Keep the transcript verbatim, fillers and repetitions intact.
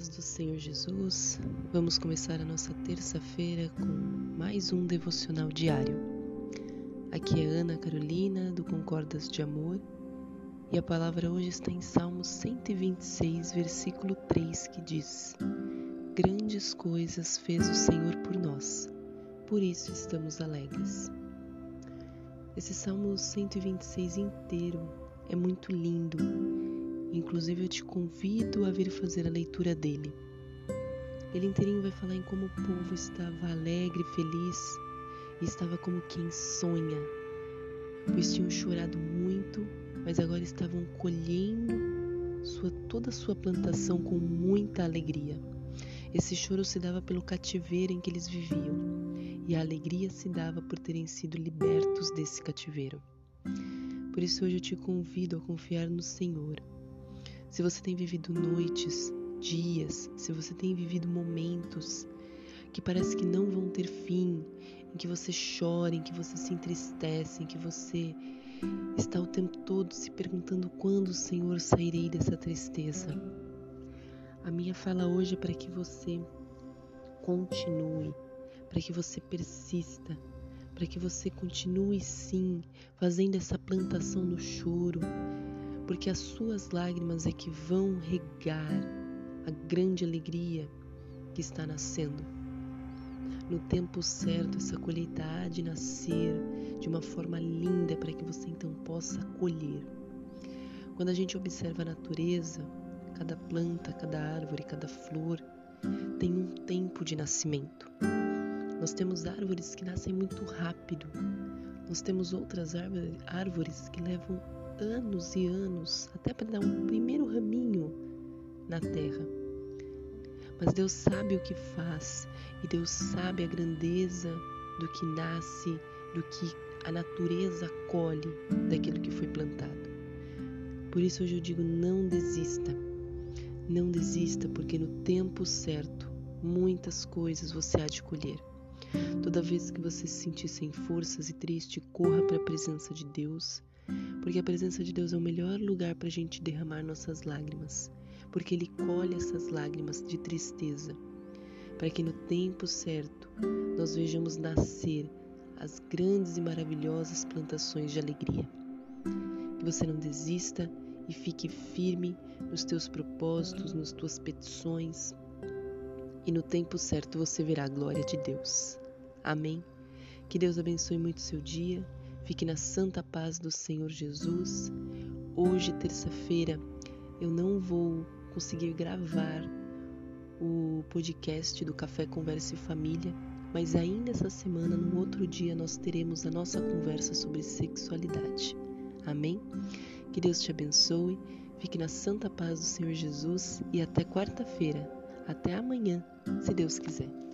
paz do Senhor Jesus, vamos começar a nossa terça-feira com mais um devocional diário. Aqui é Ana Carolina, do Concordas de Amor, e a palavra hoje está em Salmos cento e vinte e seis, versículo três, que diz: Grandes coisas fez o Senhor por nós, por isso estamos alegres. Esse Salmo cento e vinte e seis inteiro é muito lindo. Inclusive eu te convido a vir fazer a leitura dele. Ele inteirinho vai falar em como o povo estava alegre, feliz e estava como quem sonha, pois tinham chorado muito, mas agora estavam colhendo sua, toda a sua plantação com muita alegria. Esse choro se dava pelo cativeiro em que eles viviam, e a alegria se dava por terem sido libertos desse cativeiro. Por isso hoje eu te convido a confiar no Senhor. Se você tem vivido noites, dias, se você tem vivido momentos que parece que não vão ter fim, em que você chora, em que você se entristece, em que você está o tempo todo se perguntando quando, Senhor, sairei dessa tristeza. A minha fala hoje é para que você continue, para que você persista, para que você continue sim fazendo essa plantação no choro, porque as suas lágrimas é que vão regar a grande alegria que está nascendo. No tempo certo, essa colheita há de nascer de uma forma linda para que você então possa colher. Quando a gente observa a natureza, cada planta, cada árvore, cada flor tem um tempo de nascimento. Nós temos árvores que nascem muito rápido. Nós temos outras árvores que levam anos e anos até para dar um primeiro raminho na terra. Mas Deus sabe o que faz, e Deus sabe a grandeza do que nasce, do que a natureza colhe daquilo que foi plantado. Por isso hoje eu digo, não desista. Não desista, porque no tempo certo muitas coisas você há de colher. Toda vez que você se sentir sem forças e triste, corra para a presença de Deus, porque a presença de Deus é o melhor lugar para a gente derramar nossas lágrimas, porque Ele colhe essas lágrimas de tristeza, para que no tempo certo nós vejamos nascer as grandes e maravilhosas plantações de alegria. Que você não desista e fique firme nos teus propósitos, nas tuas petições, e no tempo certo você verá a glória de Deus. Amém? Que Deus abençoe muito o seu dia. Fique na santa paz do Senhor Jesus. Hoje, terça-feira, eu não vou conseguir gravar o podcast do Café Conversa e Família, mas ainda essa semana, no outro dia, nós teremos a nossa conversa sobre sexualidade. Amém? Que Deus te abençoe. Fique na santa paz do Senhor Jesus e até quarta-feira. Até amanhã, se Deus quiser.